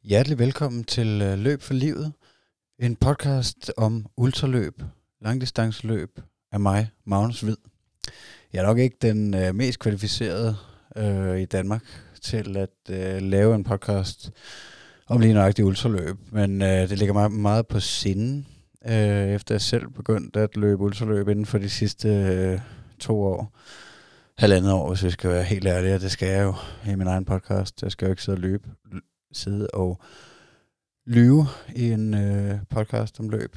Hjertelig velkommen til Løb for Livet, en podcast om ultraløb, langdistanceløb af mig, Magnus Hvid. Jeg er nok ikke den mest kvalificerede i Danmark til at lave en podcast om lige nøjagtigt ultraløb, men det ligger mig meget på sinde, efter jeg selv begyndte at løbe ultraløb inden for de sidste 2 år. 1,5 år, hvis vi skal være helt ærlige, og det skal jeg jo i min egen podcast. Jeg skal jo ikke sidde og lyve i en podcast om løb.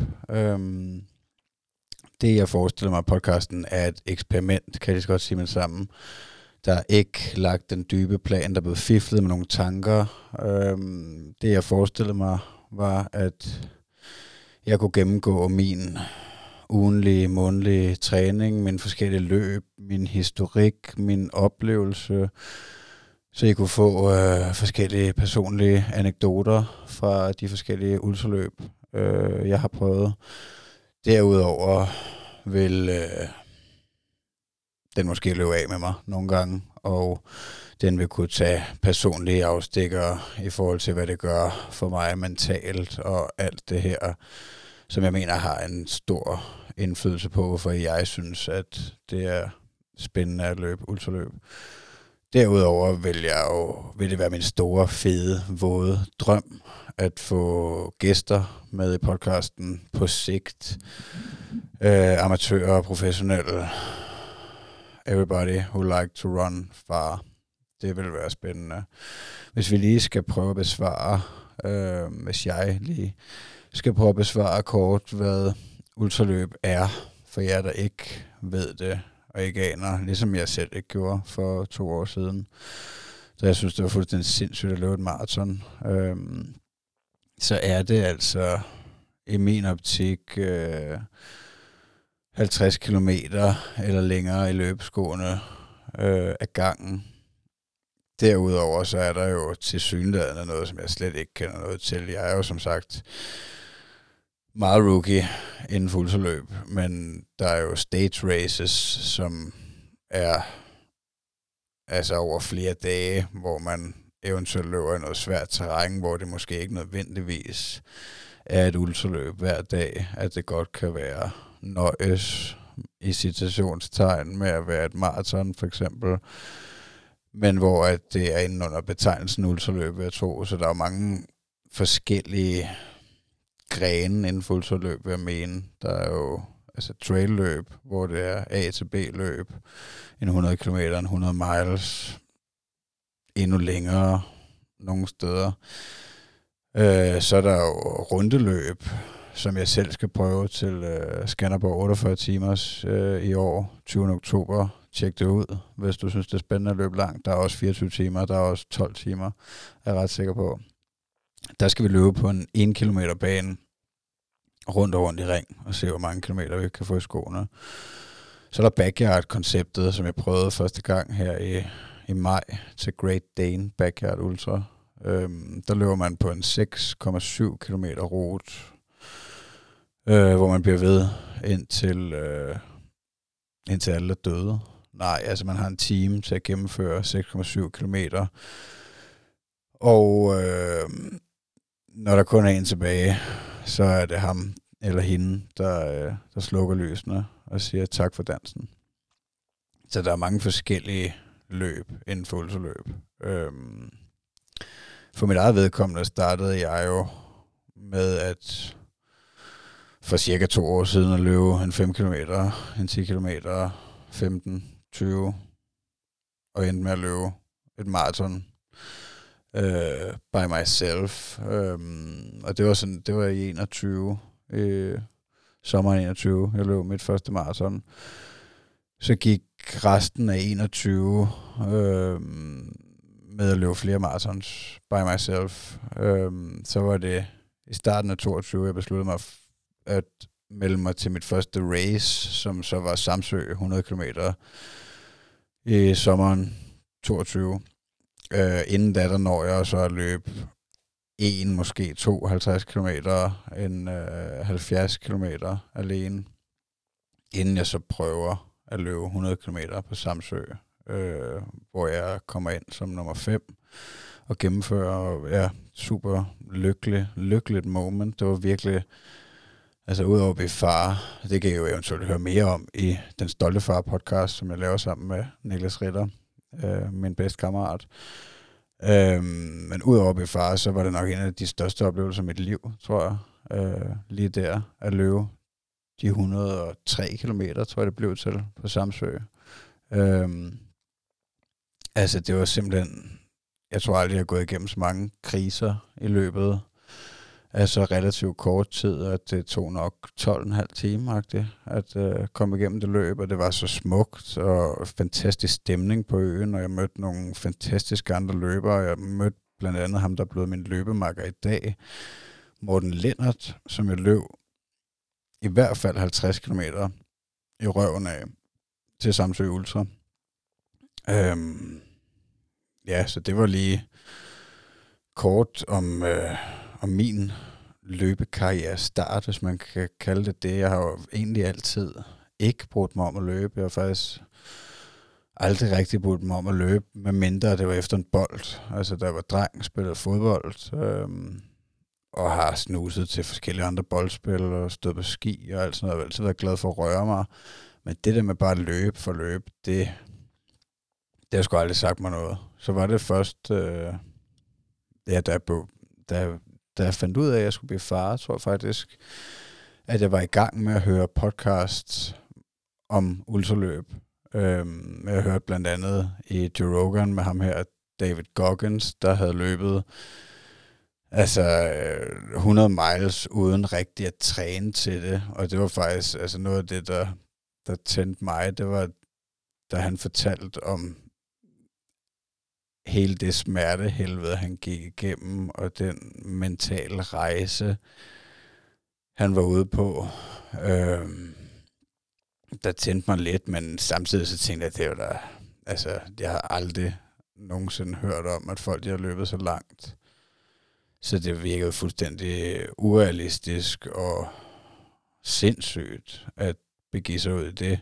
Det jeg forestiller mig, podcasten er et eksperiment, kan jeg lige så godt sige med sammen. Der er ikke lagt den dybe plan, der er blevet fiflet med nogle tanker. Det jeg forestillede mig var, at jeg kunne gennemgå min ugenlige, månedlige træning, min forskellige løb, min historik, min oplevelse, så jeg kunne få forskellige personlige anekdoter fra de forskellige ultraløb, jeg har prøvet. Derudover vil den måske løbe af med mig nogle gange, og den vil kunne tage personlige afstikker i forhold til, hvad det gør for mig mentalt og alt det her, som jeg mener har en stor indflydelse på, hvorfor jeg synes, at det er spændende at løbe ultraløb. Derudover vil det være min store, fede, våde drøm at få gæster med i podcasten på sigt. Amatører, professionelle, everybody who like to run far. Det vil være spændende. Hvis vi lige skal prøve at besvare, hvis jeg lige skal prøve at besvare kort, hvad ultraløb er, for jer, der ikke ved det, og ikke aner, ligesom jeg selv ikke gjorde for 2 år siden. Så jeg synes, det var fuldstændig sindssygt at løbe et maraton. Så er det altså i min optik 50 kilometer eller længere i løbeskoene af gangen. Derudover så er der jo tilsyneladende noget, som jeg slet ikke kender noget til. Jeg er jo som sagt meget rookie inden for ultraløb, men der er jo stage races, som er altså over flere dage, hvor man eventuelt løber i noget svært terræn, hvor det måske ikke nødvendigvis er et ultraløb hver dag, at det godt kan være nøjes i citationstegn med at være et maraton for eksempel, men hvor at det er inde under betegnelsen ultraløb, vil jeg tro, så der er mange forskellige grene inden for ultraløb, vil jeg mene. Der er jo altså trail-løb, hvor det er A til B-løb, en 100 km, en 100 miles, endnu længere nogle steder. Så er der jo rundeløb, som jeg selv skal prøve til Skanderborg 48 timers i år, 20. oktober. Tjek det ud, hvis du synes, det er spændende at løbe langt. Der er også 24 timer, der er også 12 timer, er jeg ret sikker på. Der skal vi løbe på en 1 kilometer bane rundt i ring og se, hvor mange kilometer vi kan få i skoene. Så er der backyard-konceptet, som jeg prøvede første gang her i maj til Great Dane Backyard Ultra. Der løber man på en 6,7 kilometer rute, hvor man bliver ved indtil alle er døde. Nej, altså man har en time til at gennemføre 6,7 kilometer. Og når der kun er en tilbage, så er det ham eller hende, der slukker lysene og siger tak for dansen. Så der er mange forskellige løb inden for ultraløb. For mit eget vedkommende startede jeg jo med at for cirka 2 år siden at løbe en 5 km, en 10 km, 15, 20, og endte med at løbe et maraton by myself. Og det var i 21, sommeren 21, jeg løb mit første maraton. Så gik resten af 21 med at løbe flere maratons by myself. Så var det i starten af 22, jeg besluttede mig at melde mig til mit første race, som så var Samsø 100 km i sommeren 22. Inden da, der når jeg så at løbe måske 52 km, en 70 km alene, inden jeg så prøver at løbe 100 km på Samsø hvor jeg kommer ind som nummer 5 og gennemfører, super lykkeligt moment. Det var virkelig, altså udover at blive far, det kan jeg jo eventuelt høre mere om i den Stolte Far podcast, som jeg laver sammen med Niklas Ritter, min bedste kammerat. Men udover at blive far, så var det nok en af de største oplevelser i mit liv, tror jeg. Lige der at løbe de 103 kilometer, tror jeg det blev til på Samsø. Altså det var simpelthen, jeg tror aldrig, jeg har gået igennem så mange kriser i løbet af så relativt kort tid, at det tog nok 12,5 timer at komme igennem det løb, og det var så smukt og fantastisk stemning på øen, og jeg mødte nogle fantastiske andre løbere. Jeg mødte blandt andet ham, der er blevet min løbemakker i dag, Morten Lindert, som jeg løb i hvert fald 50 kilometer i røven af til Samsø Ultra. Så det var lige kort om min løbekarriere start, hvis man kan kalde det det. Jeg har jo egentlig altid ikke brugt mig om at løbe. Jeg har faktisk aldrig rigtig brugt mig om at løbe, medmindre det var efter en bold. Altså, da jeg var dreng, spillede fodbold, og har snuset til forskellige andre boldspil, og stået på ski og alt sådan noget. Jeg har altid været glad for at røre mig. Men det der med bare løb for løb, det har sgu aldrig sagt mig noget. Så var det først, da jeg fandt ud af, at jeg skulle blive far, tror jeg faktisk, at jeg var i gang med at høre podcasts om ultraløb. Jeg hørte blandt andet i Joe Rogan med ham her, David Goggins, der havde løbet 100 miles uden rigtig at træne til det. Og det var faktisk noget af det, der tændte mig. Det var, da han fortalte om hele det smertehelvede, han gik igennem, og den mentale rejse, han var ude på. Der tændte mig lidt, men samtidig så tænkte jeg, at det var der, jeg har aldrig nogensinde hørt om, at folk de har løbet så langt. Så det virkede fuldstændig urealistisk og sindssygt at begive sig ud i det.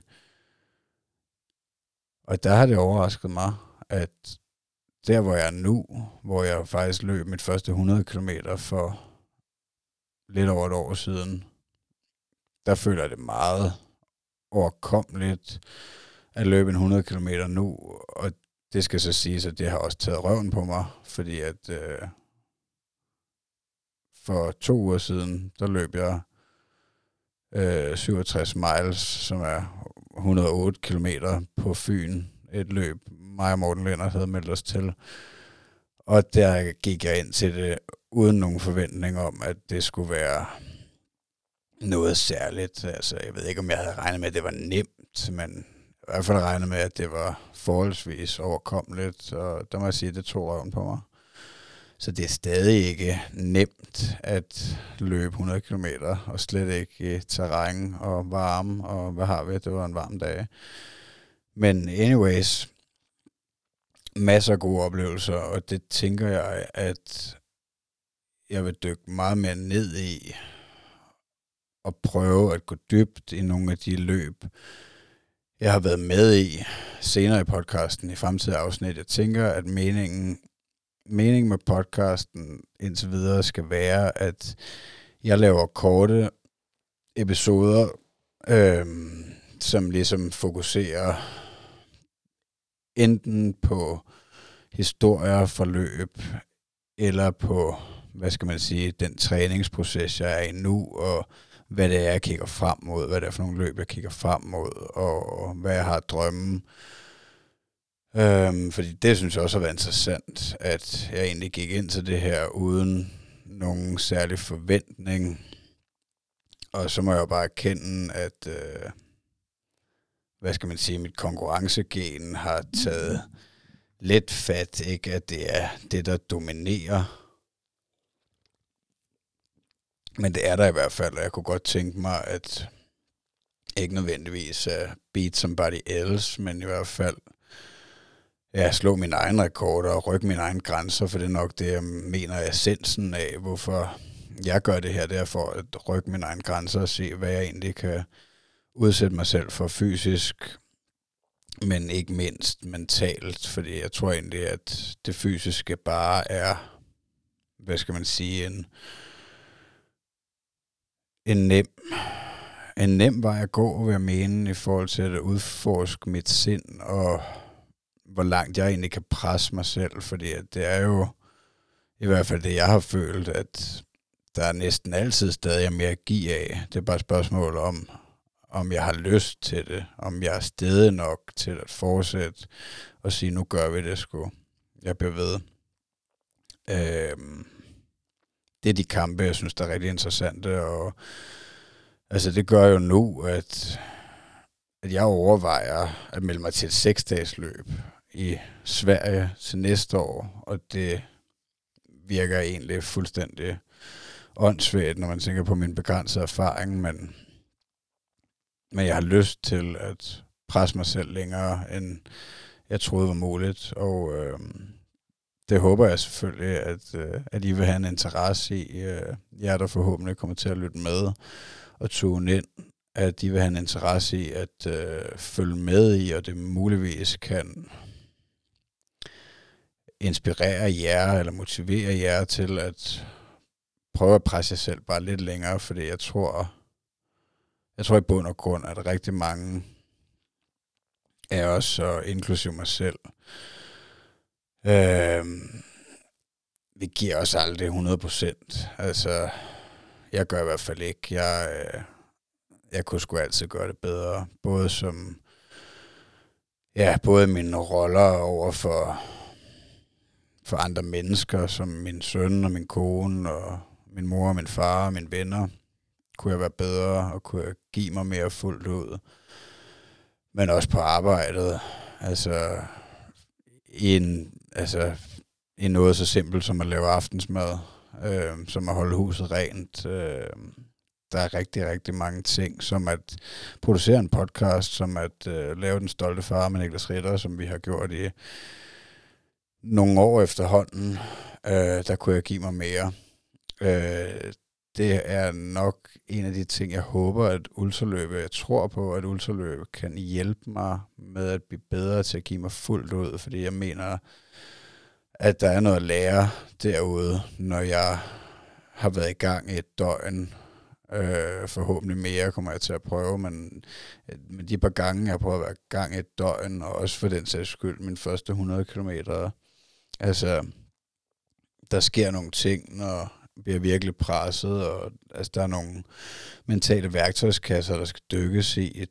Og der har det overrasket mig, at der hvor jeg er nu, hvor jeg faktisk løb mit første 100 kilometer for lidt over et år siden, der føler jeg det meget overkommeligt at løbe en 100 kilometer nu, og det skal så siges, at det har også taget røven på mig, fordi at for 2 uger siden, der løb jeg 67 miles, som er 108 kilometer på Fyn. Et løb, mig og Morten Lindert havde meldt os til. Og der gik jeg ind til det uden nogen forventning om, at det skulle være noget særligt. Altså, jeg ved ikke, om jeg havde regnet med, at det var nemt, men i hvert fald regnet med, at det var forholdsvis overkommeligt. Og der må jeg sige, at det tog røven på mig. Så det er stadig ikke nemt at løbe 100 km, og slet ikke i terræn og varme, og hvad har vi? Det var en varm dag. Men anyways, masser af gode oplevelser, og det tænker jeg, at jeg vil dykke meget mere ned i, og prøve at gå dybt i nogle af de løb, jeg har været med i senere i podcasten i fremtidige afsnit. Jeg tænker, at meningen med podcasten indtil videre skal være, at jeg laver korte episoder, som ligesom fokuserer enten på historier, forløb, eller på, hvad skal man sige, den træningsproces, jeg er i nu, og hvad det er, jeg kigger frem mod, hvad det er for nogle løb, jeg kigger frem mod, og hvad jeg har drømme. Fordi det synes jeg også har været interessant, at jeg egentlig gik ind til det her uden nogen særlig forventning. Og så må jeg jo bare erkende, at hvad skal man sige, mit konkurrencegen har taget lidt fat, ikke? At det er det, der dominerer. Men det er der i hvert fald, og jeg kunne godt tænke mig, at ikke nødvendigvis beat somebody else, men i hvert fald slå mine egne rekorder og rykke mine egne grænser, for det er nok det, jeg mener er essensen af, hvorfor jeg gør det her. Det er for at rykke mine egne grænser og se, hvad jeg egentlig kan udsætte mig selv for fysisk, men ikke mindst mentalt, fordi jeg tror egentlig, at det fysiske bare er, hvad skal man sige, en nem vej at gå, vil jeg mene, i forhold til at udforske mit sind, og hvor langt jeg egentlig kan presse mig selv, fordi at det er jo, i hvert fald det, jeg har følt, at der er næsten altid stadig mere at give af. Det er bare et spørgsmål om jeg har lyst til det, om jeg er stedig nok til at fortsætte og sige, nu gør vi det sgu. Jeg bliver ved. Det er de kampe, jeg synes, der er rigtig interessante, og altså det gør jo nu, at jeg overvejer at melde mig til et 6-dages løb i Sverige til næste år, og det virker egentlig fuldstændig åndssvagt, når man tænker på min begrænsede erfaring, men jeg har lyst til at presse mig selv længere, end jeg troede var muligt, og det håber jeg selvfølgelig, at I vil have en interesse i, jer der forhåbentlig kommer til at lytte med og tune ind, at I vil have en interesse i at følge med i, og det muligvis kan inspirere jer eller motivere jer til at prøve at presse jer selv bare lidt længere, fordi jeg tror i bund og grund, at rigtig mange af os, og inklusive mig selv, vi giver os aldrig 100%. Altså, jeg gør i hvert fald ikke. Jeg kunne sgu altid gøre det bedre. Både mine roller over for andre mennesker, som min søn og min kone, og min mor og min far og mine venner, kunne jeg være bedre, og kunne jeg give mig mere fuldt ud. Men også på arbejdet. Altså, i noget så simpelt som at lave aftensmad, som at holde huset rent. Der er rigtig, rigtig mange ting, som at producere en podcast, som at lave Den Stolte Far med Niklas Ritter, som vi har gjort i nogle år efterhånden. Der kunne jeg give mig mere. Det er nok en af de ting, jeg håber, at ultraløbet, jeg tror på, at ultraløbet kan hjælpe mig med at blive bedre til at give mig fuldt ud, fordi jeg mener, at der er noget at lære derude, når jeg har været i gang i et døgn. Forhåbentlig mere kommer jeg til at prøve, men de par gange, jeg prøver at være i gang i et døgn, og også for den sags skyld, mine første 100 kilometer, altså, der sker nogle ting, når bliver virkelig presset, og altså, der er nogle mentale værktøjskasser, der skal dykkes i.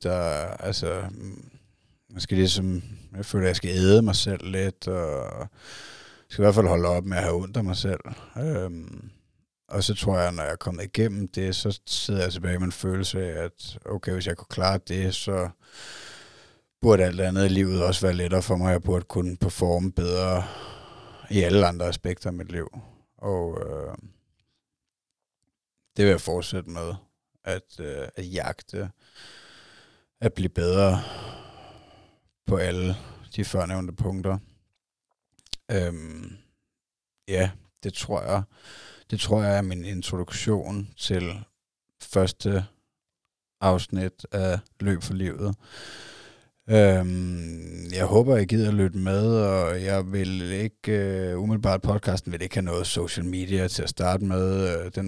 Man skal ligesom, jeg føler, at jeg skal æde mig selv lidt, og skal i hvert fald holde op med at have ondt af mig selv. Og så tror jeg, når jeg er kommet igennem det, så sidder jeg tilbage med en følelse af, at okay, hvis jeg kunne klare det, så burde alt andet i livet også være lettere for mig. Jeg burde kunne performe bedre i alle andre aspekter af mit liv. Og det vil jeg fortsætte med, at jagte, at blive bedre på alle de førnævnte punkter. Det tror jeg er min introduktion til første afsnit af Løb for livet. Jeg håber, I gider lytte med, og jeg vil ikke, umiddelbart podcasten vil ikke have noget social media til at starte med.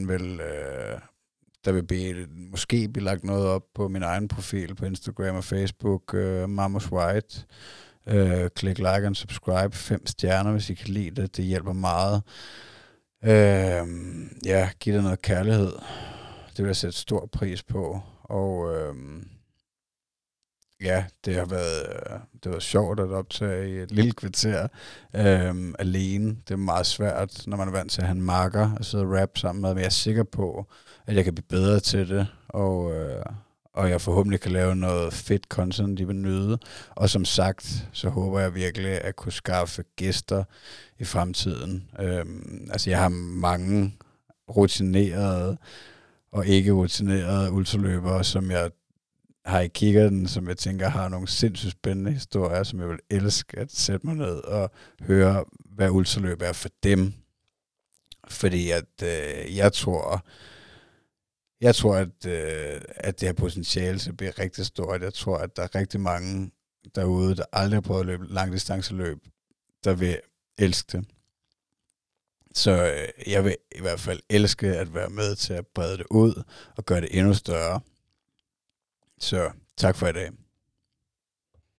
Der vil måske blive lagt noget op på min egen profil på Instagram og Facebook, Mamus White. Klik like og subscribe, 5 stjerner, hvis I kan lide det. Det hjælper meget. Giv det noget kærlighed. Det vil jeg sætte stor pris på. Og det har været sjovt at optage i et lille kvarter alene. Det er meget svært, når man er vant til at have en makker og sidde og rap sammen med, men jeg er sikker på, at jeg kan blive bedre til det, og jeg forhåbentlig kan lave noget fedt content, de vil nyde. Og som sagt, så håber jeg virkelig at kunne skaffe gæster i fremtiden. Jeg har mange rutinerede og ikke rutinerede ultraløbere, som jeg har i kikkerten, som jeg tænker har nogle sindssygt spændende historier, som jeg vil elske at sætte mig ned og høre, hvad ultraløb er for dem. Fordi at jeg tror, at det har potentiale til at blive rigtig stort. Jeg tror, at der er rigtig mange derude, der aldrig har prøvet at løbe langdistanceløb, der vil elske det. Så jeg vil i hvert fald elske at være med til at brede det ud og gøre det endnu større. Så tak for i dag.